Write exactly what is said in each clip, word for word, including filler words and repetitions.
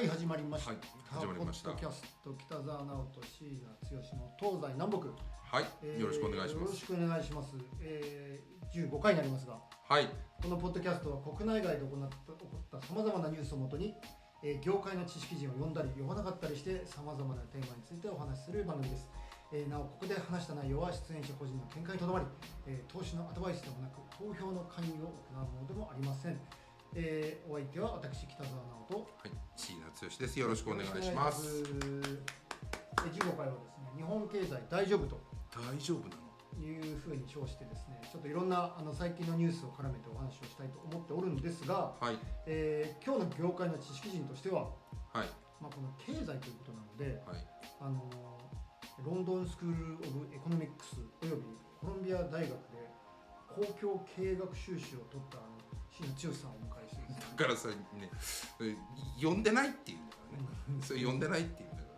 はい始まりました、 はい、始まりました。 ポッドキャスト北澤直人椎名剛の東西南北、 はい、 えー、 よろしくお願いします。 よろしくお願いします、えー、じゅうごかいになりますが、 はい、 このポッドキャストは国内外で行った起こったさまざまなニュースをもとに、えー、業界の知識人を呼んだり呼ばなかったりしてさまざまなテーマについてお話しする番組です。えー、なおここで話した内容は出演者個人の見解にとどまり、えー、投資のアドバイスでもなく投票の関与を行うものでもありません。えー、お相手は私北澤直人、 はい、椎名剛です。よろしくお願いします。 じゅうごかいはですね、日本経済大丈夫と大丈夫なのいうふうに称してですね、ちょっといろんなあの最近のニュースを絡めてお話をしたいと思っておるんですが、 はい、 えー、今日の業界の知識人としては、 はい、 まあ、この経済ということなので、 はい、 あのロンドンスクール・オブ・エコノミックスおよびコロンビア大学で公共経営学修士を取ったあの椎名剛さんをお迎えしてですね、 だからそれね、呼んでないっていうんだからね。それ呼んでないっていうんだから。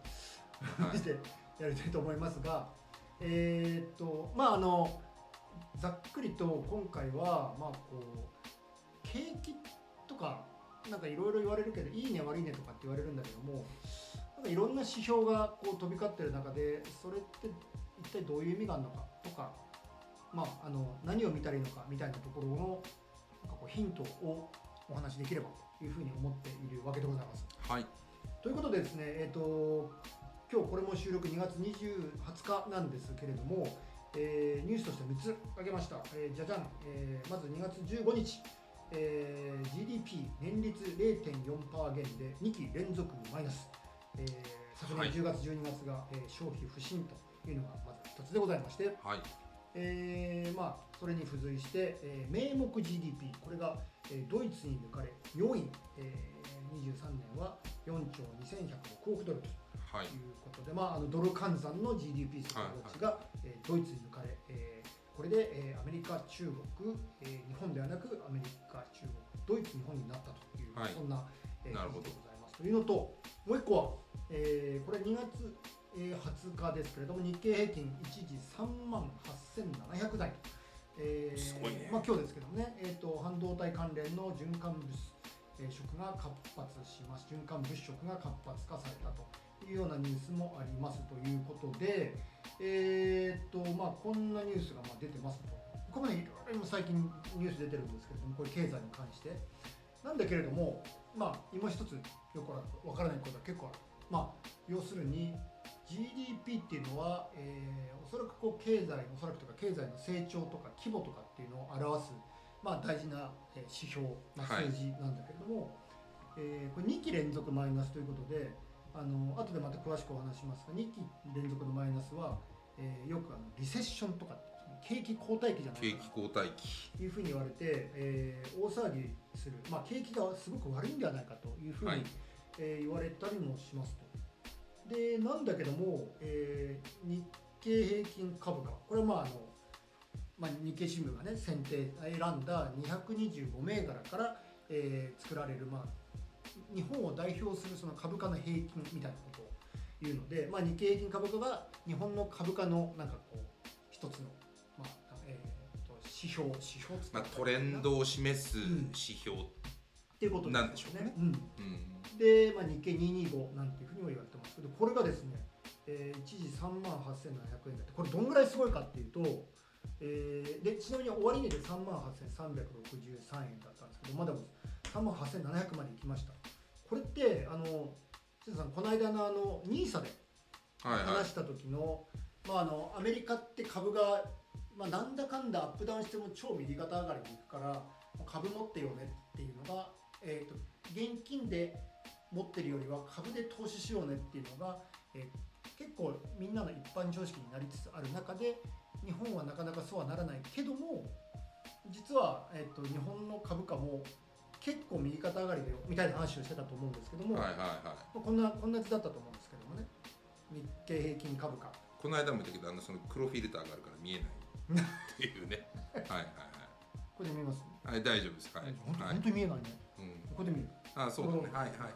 はい、してやりたいと思いますが、えー、っとまああのざっくりと今回はまあこう景気とかなんかいろいろ言われるけどいいね悪いねとかって言われるんだけども、なんかいろんな指標がこう飛び交ってる中でそれって一体どういう意味があるのかとか、まああの何を見たらいいのかみたいなところのなんかこうヒントをお話しできればというふうに思っているわけでございます。 はい。 ということでですね、えー、と今日これも収録にがつにじゅうはつかなんですけれども、えー、ニュースとしてみっつ挙げました。えー、じゃじゃん、えー、まずにがつじゅうごにち、えー、ジーディーピー 年率 れいてんよんパーセント 減でにき連続マイナス、えー、昨年じゅうがつじゅうにがつが、えー、消費不振というのがまずひとつでございまして、 はい、 えーまあ、それに付随して、えー、名目 ジーディーピー これが、えー、ドイツに抜かれよんい、えー、にじゅうさんねんはよんちょうにせんひゃくろくおくドルということで、はい、まあ、あのドル換算の ジーディーピー 速報値が、はいはい、えー、ドイツに抜かれ、えー、これで、えー、アメリカ、中国、えー、日本ではなくアメリカ、中国、ドイツ、日本になったという、はい、そんな、えー、なるほどでございますというのと、もういっこは、えー、これにがつはつかですけれども、日経平均一時さんまんはっせんななひゃくだい、えー、すごいね、まあ、今日ですけどもね、えー、と半導体関連の循環物、えー、色が活発します循環物色が活発化されたというようなニュースもありますということで、えーとまあ、こんなニュースがまあ出てますと。ここまでいろいろ最近ニュース出てるんですけれども、これ経済に関してなんだけれども、まあ、今一つよくわからないことは結構ある。まあ、要するにジーディーピー っていうのは、えー、おそらくこう経済おそらくとか経済の成長とか規模とかっていうのを表す、まあ、大事な指標、まあ、数字なんだけれども、はい、えー、これにき連続マイナスということで、あの後でまた詳しくお話しますが、にき連続のマイナスは、えー、よくあのリセッションとか景気後退期じゃないかな景気後退期というふうに言われて、えー、大騒ぎする、まあ、景気がすごく悪いんではないかというふうに、はい、えー、言われたりもしますと。でなんだけども、えー、日経平均株価、これはまああの、まあ、日経新聞がね選定選んだにひゃくにじゅうごめいがらから、えー、作られる、まあ、日本を代表するその株価の平均みたいなことを言うので、まあ、日経平均株価が日本の株価のなんかこう一つの、まあえー、と指標指標つって、 まあ、トレンドを示す指標、うんっていうことなんでしょうね。 うんうん、で、まあ、日経にひゃくにじゅうごなんていうふうにも言われてますけど、これがですね、えー、一時さんまんはっせんななひゃくえんだって、これどんぐらいすごいかっていうと、えー、でちなみに終値でさんまんはっせんさんびゃくろくじゅうさんえんだったんですけど、まださんまんはっせんななひゃくまで行きました。これってあのさんこの間のあのニーサで話した時の、はいはい、まあ、あのアメリカって株が、まあ、なんだかんだアップダウンしても超右肩上がりに行くから株持ってよねっていうのが、えー、と現金で持ってるよりは株で投資しようねっていうのが、えー、結構みんなの一般常識になりつつある中で、日本はなかなかそうはならないけども、実は、えー、と日本の株価も結構右肩上がりだよみたいな話をしてたと思うんですけども、 はいはいはい、 こんなこんな図だったと思うんですけどもね、日経平均株価、 この間も言ったけど、あのその黒フィルターがあるから見えないっていうねはいはいはい、 これで見えます、ね、 はい、大丈夫です、はい、 本当、はい、本当に見えないね、うん、ここで見える、 あ、そうだね、はいはいはい、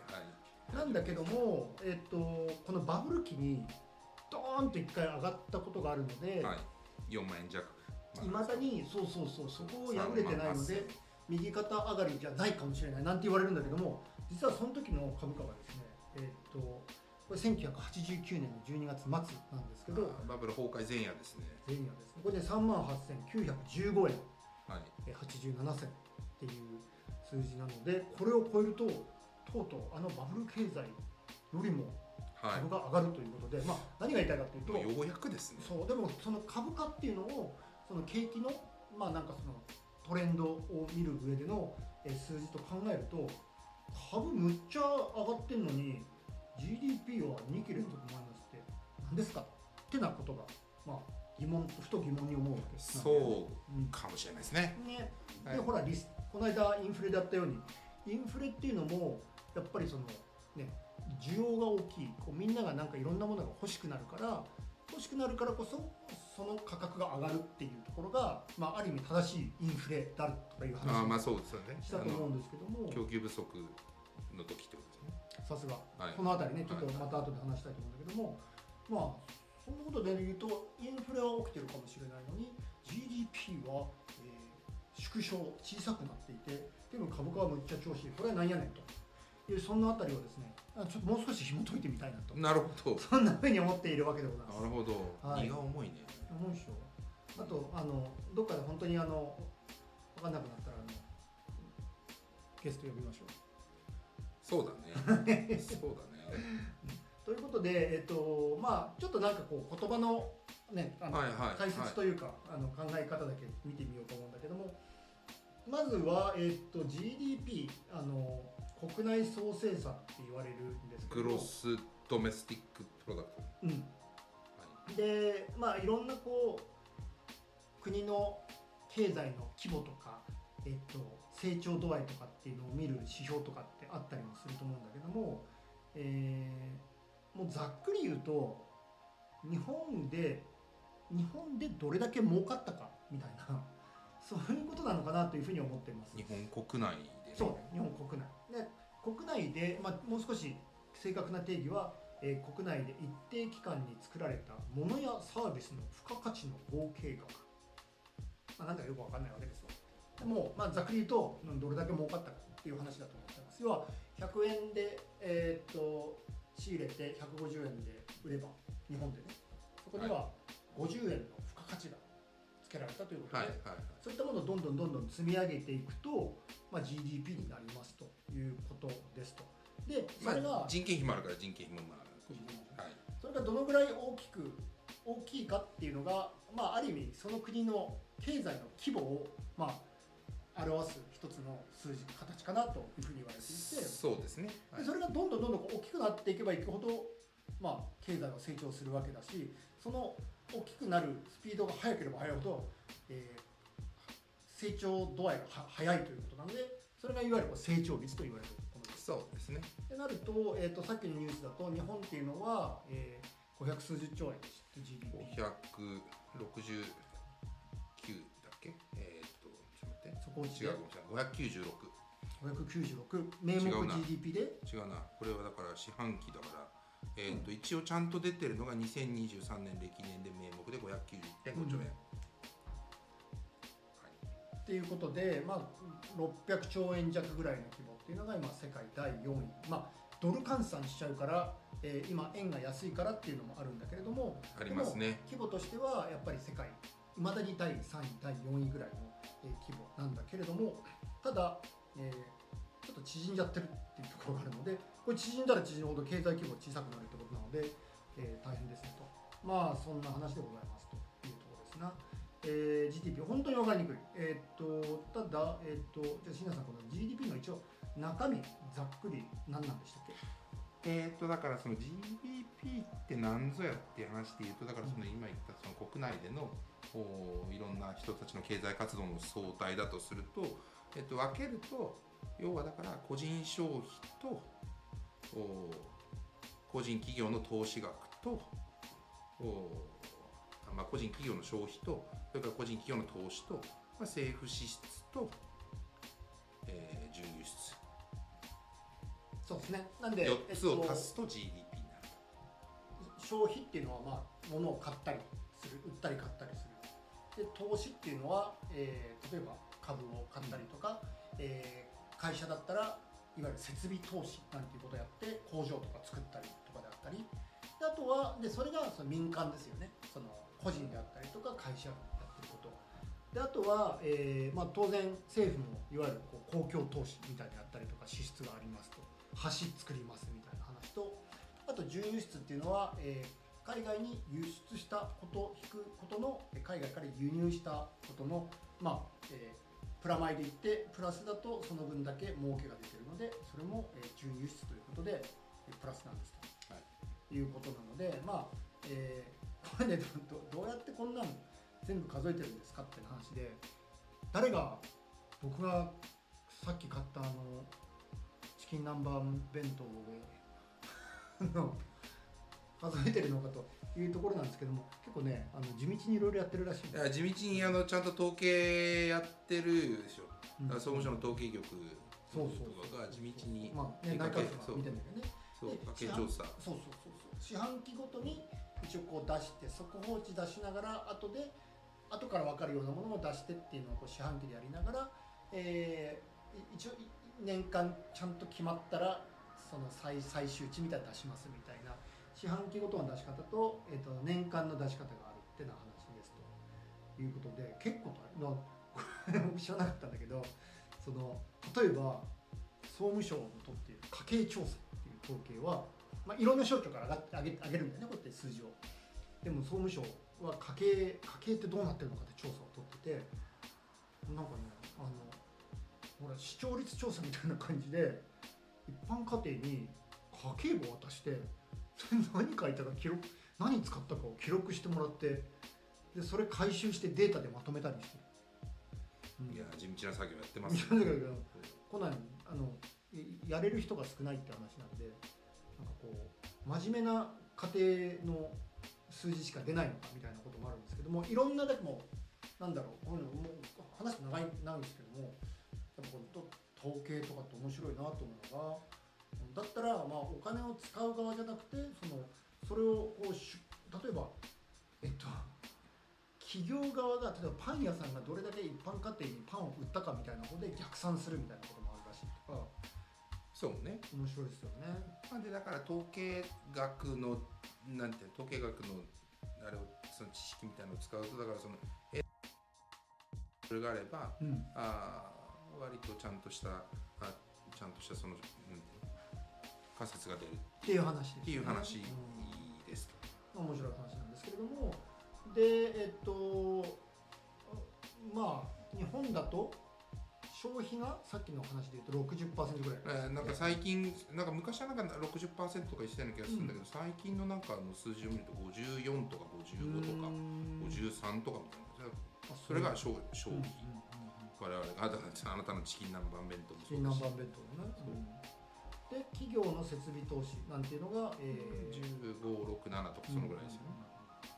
なんだけども、えっと、このバブル期にドーンといっかい上がったことがあるので、 はい、よんまんえん弱、 いまだにそうそうそう、そこを破れてないので右肩上がりじゃないかもしれないなんて言われるんだけども、実はその時の株価はですね、 えー、とこれせんきゅうひゃくはちじゅうきゅうねんのじゅうにがつまつなんですけど、 バブル崩壊前夜ですね。 前夜ですね。これでさんまんはっせんきゅうひゃくじゅうごえん、 はい、 はちじゅうななせんっていう数字なので、これを超えるととうとうあのバブル経済よりも株が上がるということで、はい、まあ、何が言いたいかというと、 ようやくですね。 そうでもその株価っていうのをその景気の、まあ、なんかそのトレンドを見る上での数字と考えると、株むっちゃ上がってるのに ジーディーピー はにき連続マイナスって何ですかってなことが、まあ、疑問ふと疑問に思うわけです、 ね、そうかもしれないですね。 ね、 はい、 でほらリスこの間インフレだったように、インフレっていうのもやっぱりそのね需要が大きい、こうみんながなんかいろんなものが欲しくなるから欲しくなるからこそその価格が上がるっていうところが、まあ、ある意味正しいインフレだとかいう話をしたと思うんですけども、 供給不足の時ってことですね。 さすが、 はい、 この辺りねちょっとまた後で話したいと思うんだけども、まあそんなことで言うとインフレは起きてるかもしれないのに ジーディーピー は、えー、縮小小さくなっていて、でも株価はむっちゃ調子いい、これはなんやねんという、そんなあたりをですねちょっともう少し紐解いてみたいなと。 なるほど。 そんなふうに思っているわけでございます。 なるほど、はい、荷が重いね。 重いでしょ。あとあのどっかで本当にあの分かんなくなったらあのゲスト呼びましょう。 そうだねそうだねということで、えっとまあ、ちょっとなんかこう言葉の、ね、あの、はいはい、解説というか、はい、あの考え方だけ見てみようと思うんだけども、まずは、えっと、ジーディーピー あの国内総生産って言われるんですけど、 グロスドメスティックプロダクト、 うん、はい、でまあいろんなこう国の経済の規模とか、えっと、成長度合いとかっていうのを見る指標とかってあったりもすると思うんだけども、えー、もうざっくり言うと日本で日本でどれだけ儲かったかみたいなそういうことなのかなというふうに思っています。 日本国内で、ね、 そうね、日本国内で国内で、まあ、もう少し正確な定義は、えー、国内で一定期間に作られたものやサービスの付加価値の合計額、まあ、なんだかよく分かんないわけですよ。でも、まあ、ざっくり言うとどれだけ儲かったかっていう話だと思ってます。要はひゃくえんで、えー、っと仕入れてひゃくごじゅうえんで売れば日本でね、そこにはごじゅうえんの付加価値がつけられたということで、はいはいはい、そういったものをどんどんどんどん積み上げていくと、まあ、ジーディーピー になりますということですと。でそれが、 まあ、人件費もあるから人件費もまあ、 はい、それがどのぐらい大きく大きいかっていうのが、まあ、ある意味その国の経済の規模を、まあ、表す一つの数字形かなというふうに言われていて、 そうですね、 はい、でそれがどんどんどんどん大きくなっていけばいくほど、まあ、経済は成長するわけだし、その大きくなるスピードが速ければ速いほど、えー、成長度合いが速いということなので、それがいわゆる成長率と言われるものです。 そうですね。 ってなると、えー、とさっきのニュースだと日本っていうのは、えー、ごひゃくすうじゅっちょうえんでした。 ジーディーピーごひゃくろくじゅうきゅうだっけ、えー、っとちょっと待って、 そこ違うごひゃくきゅうじゅうろくごひゃくきゅうじゅうろく名目 ジーディーピー で違うな、これはだから四半期だから、えー、と一応ちゃんと出てるのがにせんにじゅうさんねん歴年で名目でごひゃくきゅうじゅういってんごちょうえん、うん、 はい、っていうことで、まあ、ろっぴゃくちょうえん弱ぐらいの規模っていうのが今世界だいよんい、まあ、ドル換算しちゃうから、えー、今円が安いからっていうのもあるんだけれども、 ありますね。 規模としてはやっぱり世界いまだにだいさんいだいよんいぐらいの、えー、規模なんだけれども、ただ、えー、ちょっと縮んじゃってるっていうところがあるので、これ縮んだら縮むほど経済規模が小さくなるってことなので、えー、大変ですねと。まあそんな話でございますというところですな。えー、ジーディーピー 本当に分かりにくい。えー、っとただ、えー、っとじゃあ椎名さん、この ジーディーピー の一応中身ざっくり何なんでしたっけ？ えー、とだからその ジーディーピー って何ぞやっていう話でいうと、だからその今言ったその国内でのいろんな人たちの経済活動の総体だとすると、えー、と分けると、要はだから個人消費と個人企業の投資額と、まあ、個人企業の消費と、それから個人企業の投資と、まあ、政府支出と、えー、準輸出、 そうですね。なんでよっつを足すと ジーディーピー になる。 消費っていうのは、まあ、物を買ったりする、売ったり買ったりする。で投資っていうのは、えー、例えば株を買ったりとか、うん、えー、会社だったらいわゆる設備投資なんていうことをやって工場とか作ったりとかであったり、であとはでそれがその民間ですよね、その個人であったりとか会社がやってることで、あとは、えーまあ、当然政府もいわゆるこう公共投資みたいであったりとか支出がありますと、橋作りますみたいな話と、あと準輸出っていうのは、えー海外に輸出したこと、引くことの、海外から輸入したことの、まあえー、プラマイで言って、プラスだとその分だけ儲けが出てるので、それも、えー、準輸出ということで、プラスなんですと、はい、いうことなので、まあえー、これねど、どうやってこんなの全部数えてるんですかって話で、誰が、僕がさっき買ったあのチキン南蛮弁当を数えてるのかというところなんですけども、結構ね、あの地道にいろいろやってるらしいんです。 地道にあのちゃんと統計やってるでしょ、うん、総務省の統計局とかが地道に、 まあね、内閣府が見てるんだけどね、 そう家計調査、 そうそうそうそう、四半期ごとに一応こう出して、速報値出しながら、後で後から分かるようなものを出してっていうのをこう四半期でやりながら、えー、一応年間ちゃんと決まったらその 最, 最終値みたいなの出しますみたいな、四半期ごとの出し方と、えー、と年間の出し方があるってな話ですということで、結構大変僕知らなかったんだけど、その例えば総務省の取っている家計調査っていう統計は、まあ、いろんな省庁から上げ、上げるんだよね、こうやって数字を。でも総務省は家計、家計ってどうなってるのかって調査を取ってて、なんかね、あのほら視聴率調査みたいな感じで一般家庭に家計簿を渡して、何書いたか記録、何使ったかを記録してもらって、でそれ回収してデータでまとめたりして、 うん、いや地道な作業やってますね。 こんなんあのやれる人が少ないって話なんで、なんかこう真面目な家庭の数字しか出ないのかみたいなこともあるんですけども、いろんなでもなんだろう、こういうのもう話すと長いなんですけども、やっぱこの統計とかって面白いなと思うのが、だったらまあお金を使う側じゃなくて、そのそれをこう例えばえっと企業側が例えばパン屋さんがどれだけ一般家庭にパンを売ったかみたいなことで逆算するみたいなこともあるらしいとか。 そうね、 面白いですよね。 なんでだから統計学のなんていう統計学のあれをその知識みたいなのを使うと、だからそのえそれがあれば、うん、あ割とちゃんとしたあちゃんとしたその、うん、仮説が出るっていう話ですね。 っていう話です。 うん、面白い話なんですけれども、でえっとまあ日本だと消費がさっきの話でいうと ろくじゅっパーセント ぐらい、 えー、なんか最近なんか昔はなんか ろくじゅっパーセント とか言ってたような気がするんだけど、うん、最近のなんかの数字を見るとごじゅうよんとかごじゅうごとかごじゅうさんとかみたいな、それが消費、うんうんうん、我々があなたのチキン南蛮弁当もそうだし、チキン南蛮弁当のね、うん、で企業の設備投資なんていうのが、 えー、じゅうご、ろく、ななとかそのぐらいですよね、うんうん、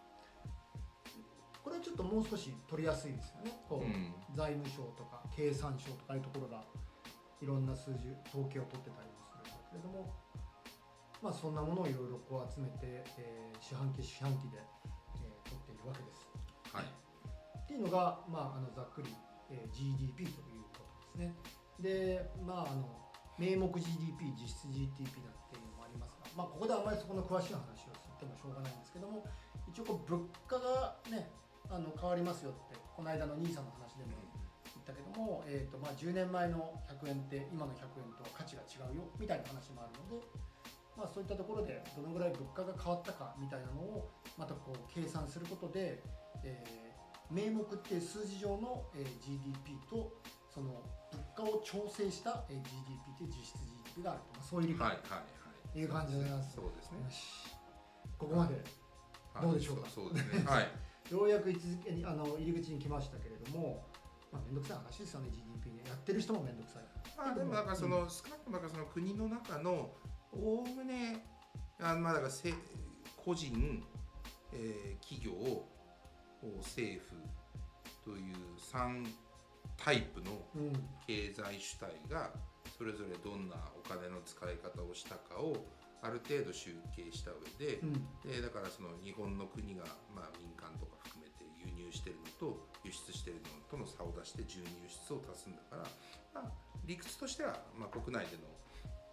これはちょっともう少し取りやすいですよね。こう、うん、財務省とか経産省とかああいうところがいろんな数字統計を取ってたりもするんだけれども、まあそんなものをいろいろこう集めて、えー、四半期四半期で、えー、取っているわけです。 はい。 っていうのがまああのざっくり、えー、ジーディーピー ということですね。で、まああの名目 ジーディーピー、実質 ジーディーピー なんていうのもありますが、まあここであまりそこの詳しい話をしてもしょうがないんですけども、一応こう物価がね。あの変わりますよってこの間のニーサの話でも言ったけども、えーとまあ、じゅうねんまえのひゃくえんって今のひゃくえんと価値が違うよみたいな話もあるので、まあ、そういったところでどのぐらい物価が変わったかみたいなのをまたこう計算することで、えー、名目っていう数字上の、えー、ジーディーピー とその物価を調整した、えー、ジーディーピー という実質 ジーディーピー があると、まあ、そういう理解という感じでございます。 そうですね。 よし、ここまでどうでしょうか。 はい、そうですね。はい。 ようやく位置づけにあの入り口に来ましたけれども、まあ、めんどくさい話ですよね、ジーディーピー ね。やってる人もめんどくさい。 まあ、でもなんかその、うん、少なくともその国の中のおおむねあまあだからせ個人、えー、企業、政府というさんタイプの経済主体がそれぞれどんなお金の使い方をしたかをある程度集計した上で、うん、でだからその日本の国が、まあ、民間とか含めて輸入してるのと輸出してるのとの差を出して純輸出を足すんだから、まあ、理屈としては、まあ、国内での、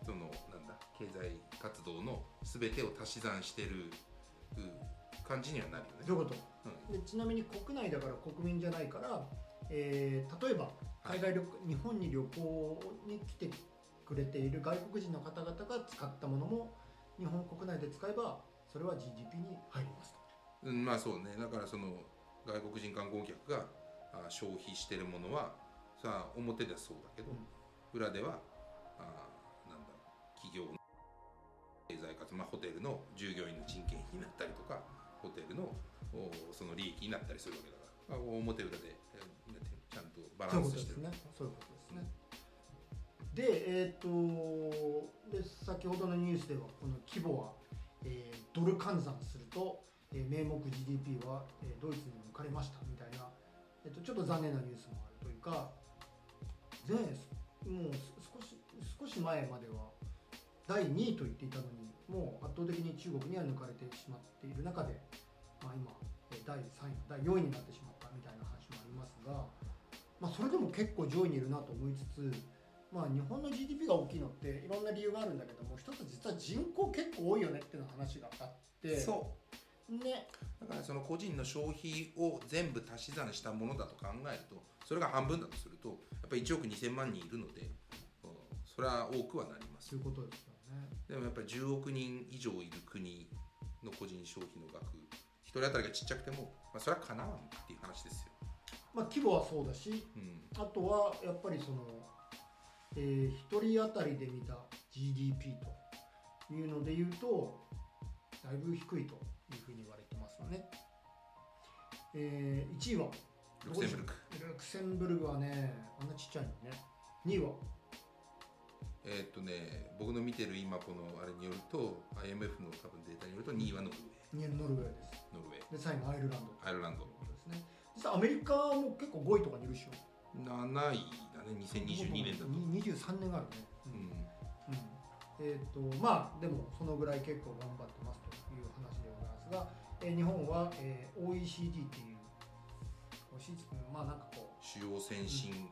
そのなんだ経済活動の全てを足し算してる感じにはなるよね。 どういうこと、うん、でちなみに国内だから国民じゃないから、えー、例えば海外旅、はい、日本に旅行に来てくれている外国人の方々が使ったものも日本国内で使えばそれは ジーディーピー に入りますと。 うん、まあそうね。だからその外国人観光客が消費しているものはさあ表ではそうだけど、うん、裏ではあなんだ企業の経済活動、まあ、ホテルの従業員の人件費になったりとかホテルのその利益になったりするわけだから、表裏でちゃんとバランスしてる。 そういうことですね。で、えー、とで先ほどのニュースではこの規模は、えー、ドル換算すると、えー、名目 ジーディーピー は、えー、ドイツに抜かれましたみたいな、えー、とちょっと残念なニュースもあるというか、前もう少し少し前まではだいにいと言っていたのにもう圧倒的に中国には抜かれてしまっている中で、まあ、今だいさんいだいよんいになってしまったみたいな話もありますが、まあ、それでも結構上位にいるなと思いつつ、まあ、日本の ジーディーピー が大きいのっていろんな理由があるんだけども、一つ実は人口結構多いよねっていう話があって、 そうね、だからその個人の消費を全部足し算したものだと考えると、それが半分だとするとやっぱりいちおくにせんまんにんいるので、それは多くはなります。 ということですよね。 でもやっぱりじゅうおくにん以上いる国の個人消費の額、一人当たりがちっちゃくても、まあ、それはかなわんっていう話ですよ。 まあ、規模はそうだし、うん、あとはやっぱりその、えー、ひとり当たりで見た ジーディーピー というのでいうとだいぶ低いというふうに言われてますよね。えー、いちいはルクセンブルク。 ルクセンブルクはね、あんなちっちゃいのね。にいはえーっとね、僕の見てる今このあれによると アイエムエフ の多分データによるとにいはノルウェー。 にいノルウェーです。 ノルウェー。 でさんいがアイルランド。 アイルランドですね。実はアメリカも結構ごいとかにいるでしょ。 なないだね、にせんにじゅうにねんだと。 にじゅうさんねんがあるね。うん。うんうん、えーっとまあでもそのぐらい結構頑張ってますという話でございますが、えー、日本は、えー、オーイーシーディー っていう、まあなんかこう主要先進、うん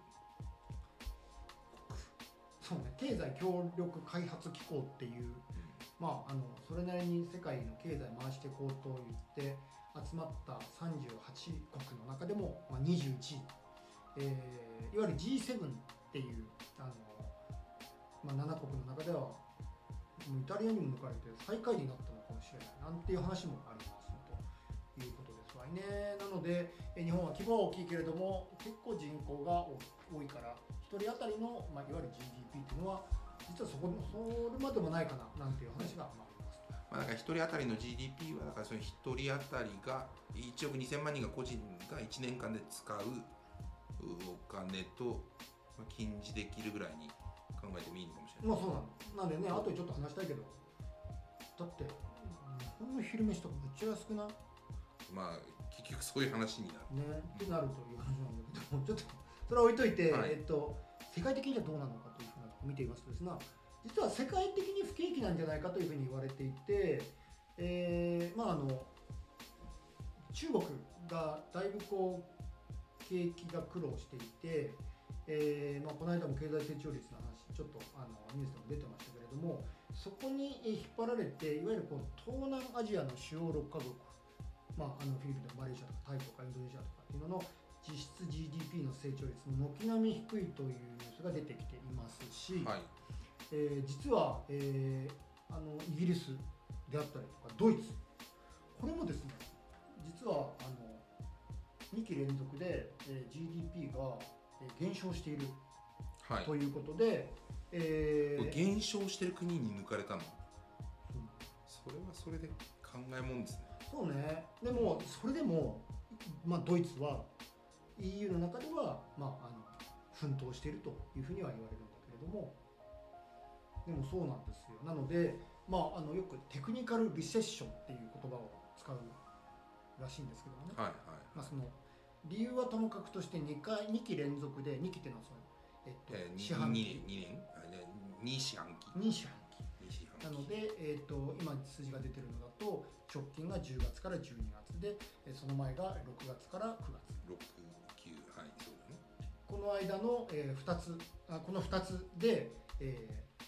そうね、経済協力開発機構っていう、うん、まあ、あのそれなりに世界の経済回していこうと言って集まったさんじゅうはちこくの中でも、まあ、にじゅういちい、えー、いわゆる ジーセブン っていうあの、まあ、ななこくの中ではもうイタリアにも抜かれて最下位になったのかもしれないなんていう話もありますということですわね。なので日本は規模は大きいけれども結構人口が多いからひとり当たりの、まあ、いわゆる ジーディーピー っていうのは実はそこそれまでもないかななんていう話があります。 まあ、だからひとり当たりの ジーディーピー はだからそのひとり当たりがいちおくにせんまんにんが個人がいちねんかんで使うお金と近似できるぐらいに考えてもいいのかもしれない。 まあそうなの。なんでね、あとでちょっと話したいけど、だって日本の昼飯とかめっちゃ安くない？ まあ結局そういう話になる。 ね、ってなるという話なんだけど、ちょっとそれは置いといて、はい、えっと世界的にはどうなのかというふうな見ていますとですね、実は世界的に不景気なんじゃないかというふうに言われていて、えー、まああの中国がだいぶこう景気が苦労していて、えーまあ、この間も経済成長率の話ちょっとあのニュースでも出てましたけれども、そこに引っ張られていわゆるこの東南アジアの主要ろっかこく、まあ、あのフィリピンとかマレーシアとかタイとかインドネシアとかっていうのの実質 ジーディーピー の成長率も軒並み低いというニュースが出てきていますし、はい、えー、実は、えー、あのイギリスであったりとかドイツ、これもですね実はあのにき連続で、えー、ジーディーピー が減少している、はい、ということで、 えー、減少している国に抜かれたの、うん、それはそれで考えもんですね。 そうね。でもそれでも、まあ、ドイツは イーユー の中では、まあ、あの奮闘しているというふうには言われるんだけれども、でもそうなんですよ。なので、まあ、あのよくテクニカルリセッションっていう言葉を使うらしいんですけどもね、 はいはい、 まあ、その理由はともかくとして2回にき連続で、にきっていうのはその、えっとえー、四半期にねんに四半期に四半期なので、えー、と今数字が出てるのだと直近がじゅうがつからじゅうにがつで、その前がろくがつからくがつ、 ろく、きゅう、はい、そうだね。 この間の、えー、ふたつあこのふたつで、えー、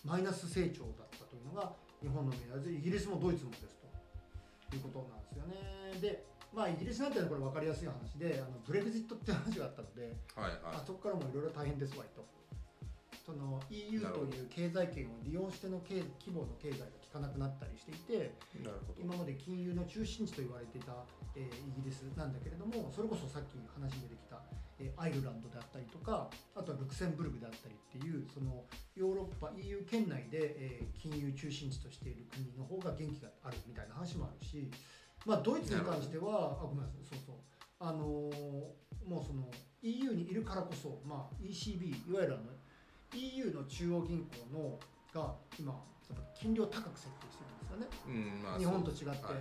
マイナス成長だったというのが日本のみならずイギリスもドイツもですということなんですよね。で、まあイギリスなんていうのはこれ分かりやすい話で、あのブレグジットって話があったので、 はいはい、 あそこからもいろいろ大変ですわいと。その イーユー という経済圏を利用しての規模の経済が効かなくなったりしていて、 なるほど、 今まで金融の中心地と言われていた、えー、イギリスなんだけれども、それこそさっき話に出てきた、えー、アイルランドであったりとか、あとはルクセンブルクであったりっていうそのヨーロッパ イーユー 圏内で、えー、金融中心地としている国の方が元気があるみたいな話もあるし、まあ、ドイツに関してはあごめんなさいそうそうあのー、もうその イーユー にいるからこそ、まあ、イーシービー いわゆるあの イーユー の中央銀行のが今金利を高く設定してるんですよね、うんまあ、日本と違って、はいはい、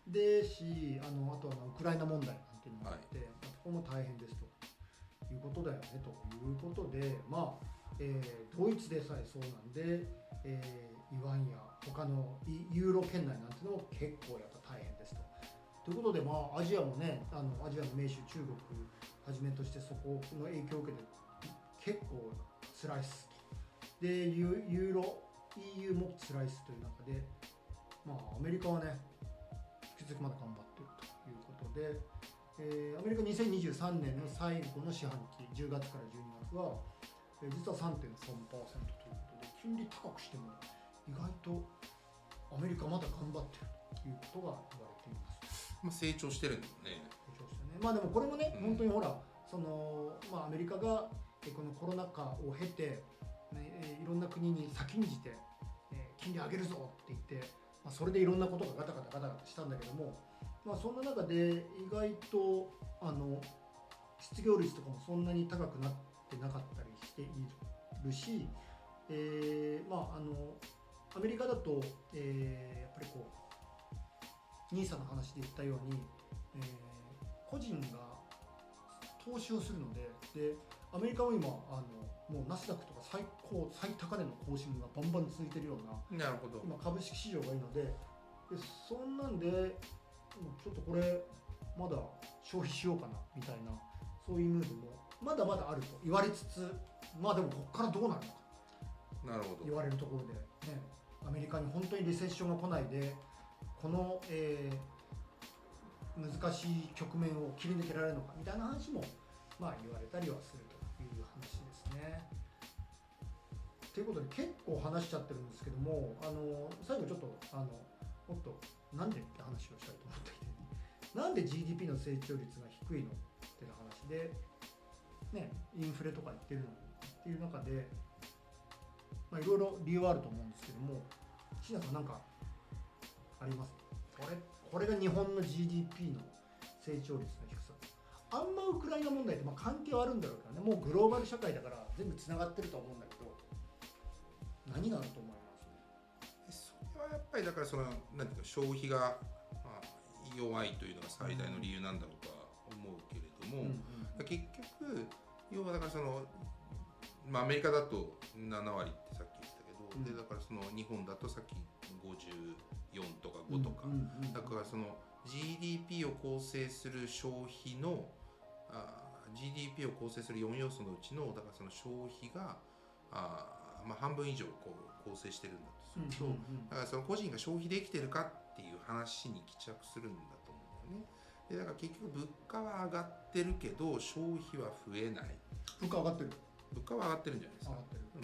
でしあのあとはウクライナ問題なんていうのもあって、はい、そこも大変ですということだよねということで、まあえー、ドイツでさえそうなんで、えー、イワンや他のユーロ圏内なんていうのも結構やっぱ大変ですと。ということで、まあ、アジアもねあのアジアの盟主中国はじめとしてそこの影響を受けて結構辛いっすと。でユーロ イーユー も辛いっすという中で、まあ、アメリカはね引き続きまだ頑張っているということで、えー、アメリカにせんにじゅうさんねんの最後の四半期じゅうがつからじゅうにがつは、えー、実は さんてんさんパーセント ということで金利高くしても意外とアメリカまだ頑張っているということが言われています。 まあ、成長してるんだよね。 成長してね。まあでもこれもね、うん、本当にほらその、まあ、アメリカがこのコロナ禍を経て、ね、いろんな国に先んじて、えー、金利上げるぞって言って、まあ、それでいろんなことがガタガタガタガタしたんだけども、まあ、そんな中で意外とあの失業率とかもそんなに高くなってなかったりしているし、えー、まああのアメリカだと、えー、やっぱりこうニーサの話で言ったように、えー、個人が投資をするので、でアメリカは今あのもうナスダックとか最高最高値の更新がバンバン続いてるような、 なるほど、 今株式市場がいいので、でそんなんでちょっとこれまだ消費しようかなみたいなそういうムードもまだまだあると言われつつ、まあでもここからどうなるのかなるほど言われるところで、ね、アメリカに本当にリセッションが来ないでこの、えー、難しい局面を切り抜けられるのかみたいな話も、まあ、言われたりはするという話ですね。ということで結構話しちゃってるんですけども、あの最後ちょっとあのもっとなんでって話をしたいと思っていて、なんで ジーディーピー の成長率が低いのっていう話で、ね、インフレとか言ってるのにっていう中で、まあ、いろいろ理由はあると思うんですけども、椎名さんなんかあります？これ、これが日本の ジーディーピー の成長率の低さ。あんまウクライナ問題ってまあ関係はあるんだろうけどね、もうグローバル社会だから全部つながってると思うんだけど、何があると思います？ それはやっぱりだからそのなんていうか消費が、まあ、弱いというのが最大の理由なんだろうとは思うけれども、うんうんうん、結局要はだからその、まあ、アメリカだとななわりってさっき言ったけど、うん、でだからその日本だとさっきごじゅうよんとかごとか、うんうんうん、だからその ジーディーピー を構成する消費のあ ジーディーピー を構成するよん要素のうちのだからその消費があ、まあ、半分以上こう構成してるんだとすると、うんうんうん、だからその個人が消費できてるかっていう話に帰着するんだと思うんだよね。でだから結局物価は上がってるけど消費は増えない。 物価上がってる。 物価は上がってるんじゃないですか。うん、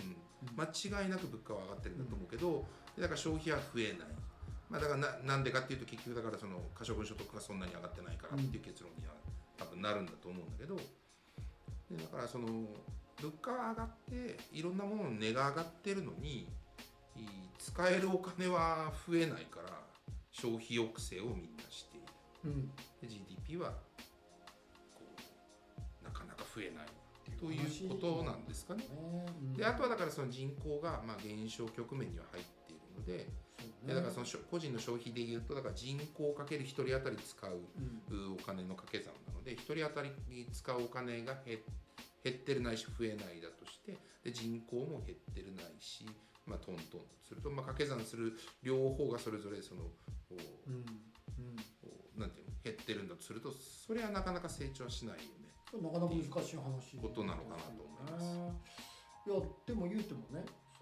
間違いなく物価は上がってるんだと思うけど、うん、だから消費は増えない。まあ、だから な, なんでかっていうと結局だからその可処分所得がそんなに上がってないからっていう結論には多分なるんだと思うんだけど、でだからその物価は上がっていろんなものの値が上がってるのに使えるお金は増えないから消費抑制をみんなしている、うん、で ジーディーピー はこうなかなか増えないということなんですかね。であとはだからその人口がまあ減少局面には入っているので、でだからその個人の消費でいうとだから人口かけるひとり当たり使うお金の掛け算なので、ひとり当たりに使うお金が減減ってるないし増えないだとして、で人口も減ってるないし、まあ、トントンとすると、まあ、掛け算する両方がそれぞれその、うんうん、なんていうの減ってるんだとすると、それはなかなか成長しないよね。 なかなか難しい話ことなのかなと思います。 いやでも言うてもね、そのあで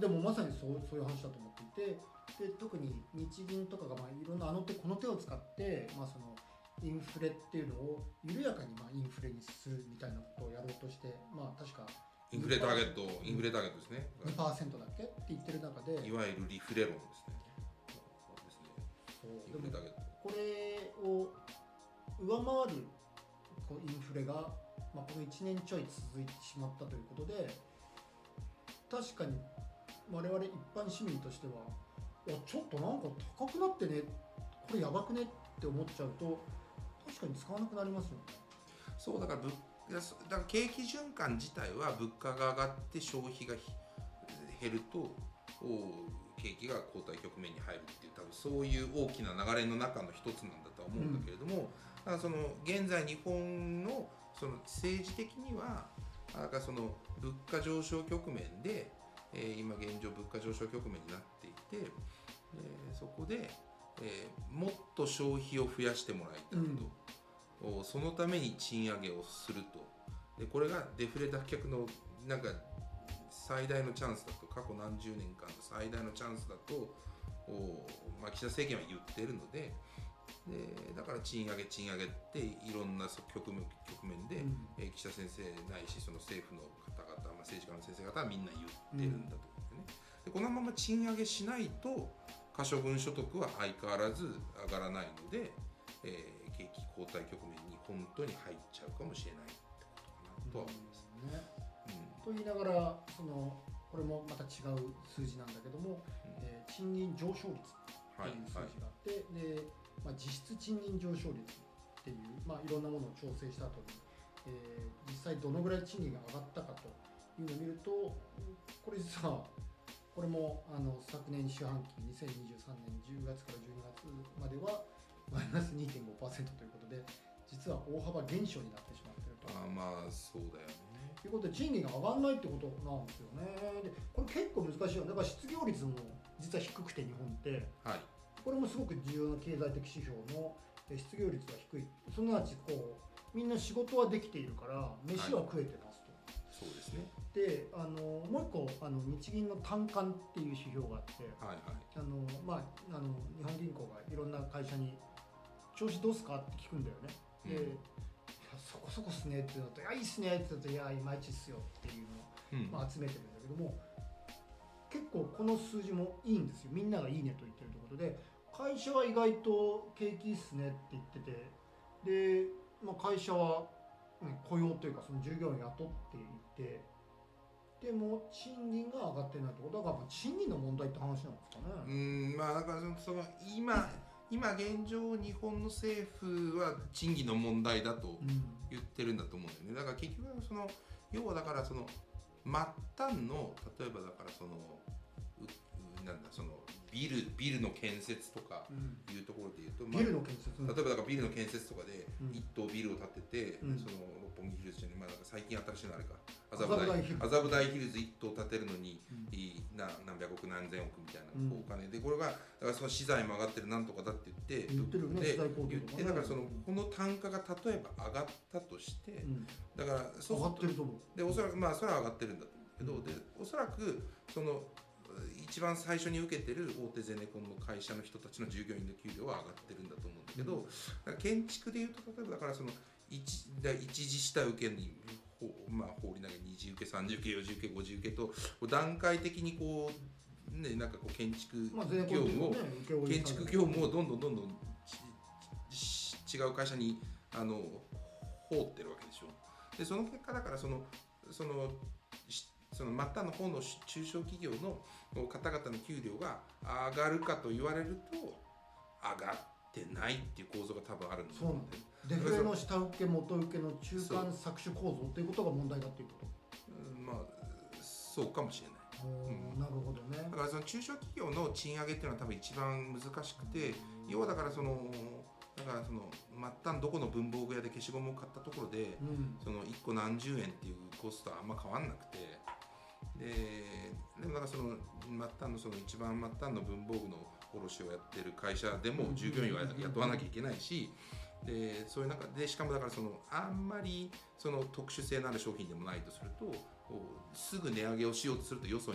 でもまさにそうそういう話だと思っていて、で特に日銀とかがまあいろんなあの手この手を使って、まあ、そのインフレっていうのを緩やかにまあインフレにするみたいなことをやろうとして、まあ、確かインフレターゲット、インフレターゲットですね。 にパーセント だっけって言ってる中で、 いわゆるリフレ論ですね。そうですね。インフレターゲット。 これを上回るこうインフレが、まあ、このいちねんちょい続いてしまったということで、確かに我々一般市民としては、いやちょっとなんか高くなってね、これやばくねって思っちゃうと、確かに使わなくなりますよね。 そうだから物だから景気循環自体は物価が上がって消費が減ると景気が後退局面に入るっていう、多分そういう大きな流れの中の一つなんだとは思うんだけれども、うん、だからその現在日本のその政治的にはなんかその物価上昇局面で、えー、今現状物価上昇局面になっていて、えー、そこで、えー、もっと消費を増やしてもらいたいと、うん、そのために賃上げをすると。でこれがデフレ脱却のなんか最大のチャンスだと、過去何十年間の最大のチャンスだと、まあ、岸田政権は言っているので、でだから賃上げ賃上げっていろんな局面、局面で、うんえー、岸田先生ないしその政府の方々、まあ、政治家の先生方はみんな言ってるんだと思うんですね。でこのまま賃上げしないと可処分所得は相変わらず上がらないので、えー、景気後退局面に本当に入っちゃうかもしれないってことかなとは思います。 うんねうん、と言いながらそのこれもまた違う数字なんだけども、うんえー、賃金上昇率という数字があって、はいはいでまあ、実質賃金上昇率っていう、まあ、いろんなものを調整した後に、えー、実際どのぐらい賃金が上がったかというのを見ると、これ実はこれもあの昨年四半期にせんにじゅうさんねんじゅうがつからじゅうにがつまではマイナス にてんごパーセント ということで、実は大幅減少になってしまっていると。 あまあそうだよね。 ということで賃金が上がらないってことなんですよね。でこれ結構難しいよ。だから失業率も実は低くて日本って、はい、これもすごく重要な経済的指標の失業率が低い。すなわちこうみんな仕事はできているから飯は食えてますと。 はい、そうですね。 であのもう一個あの日銀の短観っていう指標があって、はいはい、あのまああの日本銀行がいろんな会社に調子どうすかって聞くんだよね。で、うん、いやそこそこっすねって言うのと、いやいいっすねって言うと、いやいまいちっすよっていうのを、うんまあ、集めてるんだけども、結構この数字もいいんですよ。みんながいいねと言ってるところで、会社は意外と景気いいっすねって言ってて、で、まあ、会社は、うん、雇用というかその従業員を雇っていて、でも賃金が上がってないってことだから賃金の問題って話なんですかね。 うんまあだからその今今現状日本の政府は賃金の問題だと言ってるんだと思うんだよね。だから結局その要はだからその末端の例えばだからそのなんだそのビルビルの建設とかいうところでいうと、うんまあ、 ビルの建設、 例えばだからビルの建設とかで一棟ビルを建てて、うん、その六本木ヒルズじゃない、まあ、なんか最近新しいのあれか麻布台麻布台ヒルズ一棟建てるのに、うん、な何百億何千億みたいなお金、うん、でこれがだからその資材も上がってるなんとかだって言って言ってるよね、 言ってだからそのこの単価が例えば上がったとして、うん、だからそう上がってると思う。 でおそらくまあそれは上がってるんだと思うけど、でおそらくその一番最初に受けてる大手ゼネコンの会社の人たちの従業員の給料は上がってるんだと思うんだけど、だから建築でいうと例えばだからその 一, 一次下請けに、まあ、放り投げ二次受け三次受け四次受け五次受けと段階的にこうねなんかこう建築業務を、まあね、建築業務をどんどんどんどん違う会社にあの放ってるわけでしょ。でその結果だからそのそのその末端の方の中小企業の方々の給料が上がるかと言われると上がってないっていう構造が多分あるんですよ。 そうなんだよ。デフレの下請け元請けの中間搾取構造ということが問題だっていうこと。 うん、まあそうかもしれない。 うん、なるほどね。 だからその中小企業の賃上げっていうのは多分一番難しくて、要はだからそのだからその末端どこの文房具屋で消しゴムを買ったところで、うん、そのいっこ何十円っていうコストはあんま変わんなくて、ででもなんかその末端のその一番末端の文房具の卸をやってる会社でも従業員は雇わなきゃいけないし、でそういう中でしかもだからそのあんまりその特殊性のある商品でもないとするとすぐ値上げをしようとするとよそに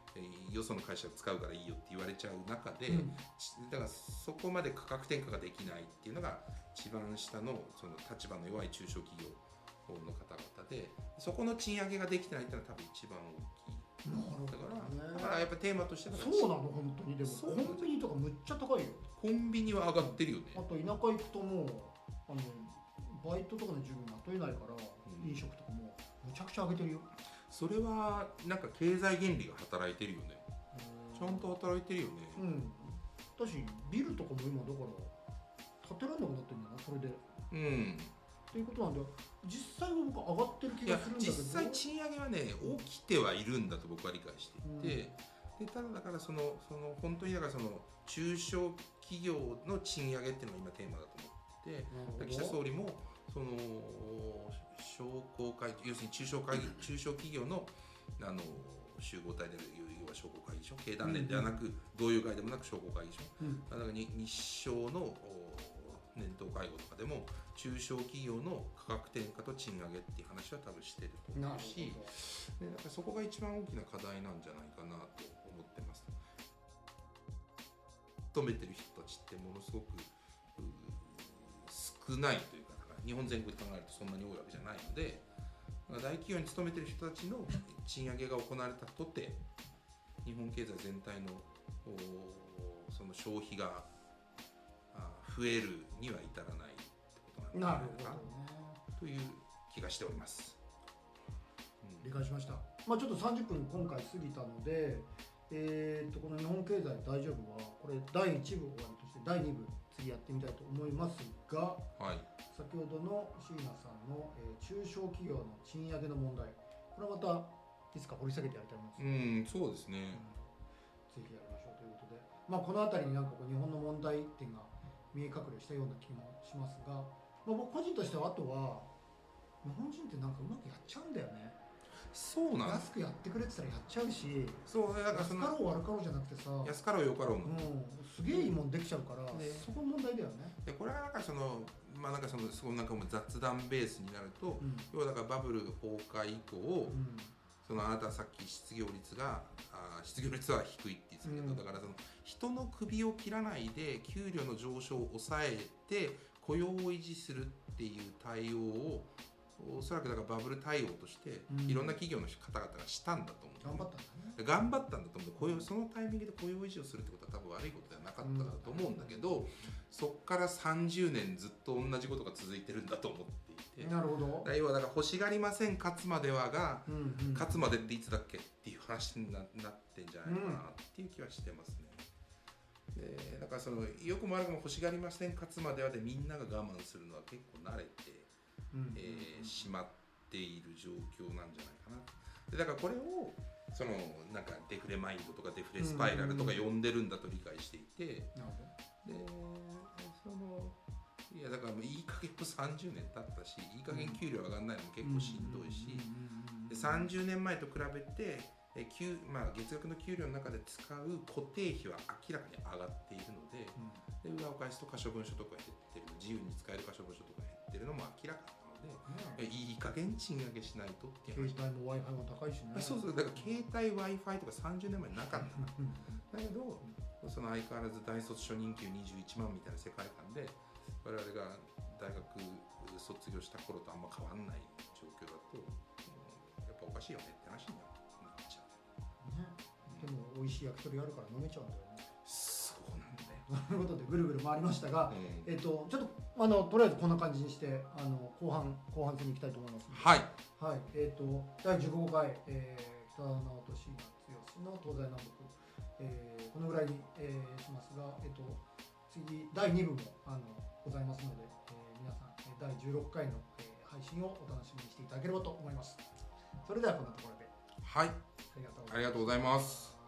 えー、よその会社使うからいいよって言われちゃう中で、 うん、 だからそこまで価格転嫁ができないっていうのが一番下のその立場の弱い中小企業の方々で、そこの賃上げができてないっていうのは多分一番大きい。 なるほどね。 だから、だからやっぱテーマとしてはそうなの本当に。でもコンビニとかむっちゃ高いよ。 コンビニは上がってるよね。 あと田舎行くともうあのバイトとかの従業員雇えないから、うん、飲食とかもむちゃくちゃ上げてるよ。 それはなんか経済原理が働いてるよね。ちゃんと働いてるよね。 うん。だしビルとかも今だから建てられなくなってるんだなそれで。うん。っていうことなんで実際は僕上がってる気がするんだけど。 実際賃上げはね起きてはいるんだと僕は理解していて、うん、でただだからそのその本当にだからその中小企業の賃上げっていうのが今テーマだと思ってて、岸田総理もその商工会要するに中小会議中小企業のあの集合体で要は商工会議所経団連ではなく、うん、同友会でもなく商工会議所、うん、だから日商の年頭会合とかでも中小企業の価格転嫁と賃上げっていう話は多分してると思うし、でなんかそこが一番大きな課題なんじゃないかなと思ってます。勤めてる人たちってものすごく少ないというか、日本全国で考えるとそんなに多いわけじゃないので、大企業に勤めてる人たちの賃上げが行われたとて日本経済全体のその消費が増えるには至らないってことなんじゃないかなという気がしております。 うん、理解しました。まあ、ちょっとさんじゅっぷん今回過ぎたので、えー、とこの日本経済大丈夫はこれだいいち部終わりとしてだいに部次やってみたいと思いますが、はい、先ほどの椎名さんの、えー、中小企業の賃上げの問題、これはまたいつか掘り下げてやりたいと思います。 うん、そうですね、 うん、ぜひやりましょうということで、まあ、この辺りになんかこう日本の問題点が見え隠れしたような気もしますが、まあ、僕個人としてはあとは日本人ってなんかうまくやっちゃうんだよね。 そうなん安くやってくれって言ったらやっちゃうし、 そうだからその安かろう悪かろうじゃなくてさ、 安かろうよかろうの、 うん、すげえいいもんできちゃうから、ね、そこ問題だよね。 でこれはなんかそのまあなんかそのすごいなんかもう雑談ベースになると、うん、要はだからバブル崩壊以降、うん、そのあなたさっき失業率があ失業率は低いって言ってたけど、うん、だからその人の首を切らないで給料の上昇を抑えて雇用を維持するっていう対応をおそらくだからバブル対応としていろんな企業の方々がしたんだと思う、 うん、頑張ったんだね。 頑張ったんだと思う。雇用そのタイミングで雇用維持をするってことは多分悪いことではなかったと思うんだけど、うん、そこからさんじゅうねんずっと同じことが続いてるんだと思っていて、 なるほど。 要はだから欲しがりません勝つまではが、うんうん、勝つまでっていつだっけっていう話に な, なってんじゃないかなっていう気はしてますね。でだからそのよくも悪くも欲しがりません勝つまではでみんなが我慢するのは結構慣れて、うんえー、しまっている状況なんじゃないかな。でだからこれをそのなんかデフレマインドとかデフレスパイラルとか呼んでるんだと理解していて、でそのいやだからもういい加減もさんじゅうねん経ったし、いい加減給料上がんないのも結構しんどいし、でさんじゅうねんまえと比べてえ給、まあ、月額の給料の中で使う固定費は明らかに上がっているので、うん、で裏を返すと可処分所得が減ってる、自由に使える可処分所得が減ってるのも明らかなので、うん、いい加減賃上げしないとっていう話。携帯も Wi-Fi も高いしね。 そうそう、だから携帯 Wi-Fi とかさんじゅうねんまえなかっただけどその相変わらず大卒初任給にじゅういちまんみたいな世界観で我々が大学卒業した頃とあんま変わんない状況だと、うん、やっぱおかしいよねって話になる。 ね、でも美味しい焼き鳥あるから飲めちゃうんだよね。 そうなんだよ。 ということでぐるぐる回りましたが、うん、えっとちょっとあのとりあえずこんな感じにしてあの後半後半戦に行きたいと思います。 はい。 はい。えっとだいじゅうごかい、えー、北直人椎名剛の東西南北、えー、このぐらいに、えー、しますが、えっと次だいに部もあのございますので、えー、皆さんだいじゅうろっかいの、えー、配信をお楽しみにしていただければと思います。それではこんなところで。 はい。 ありがとうございます。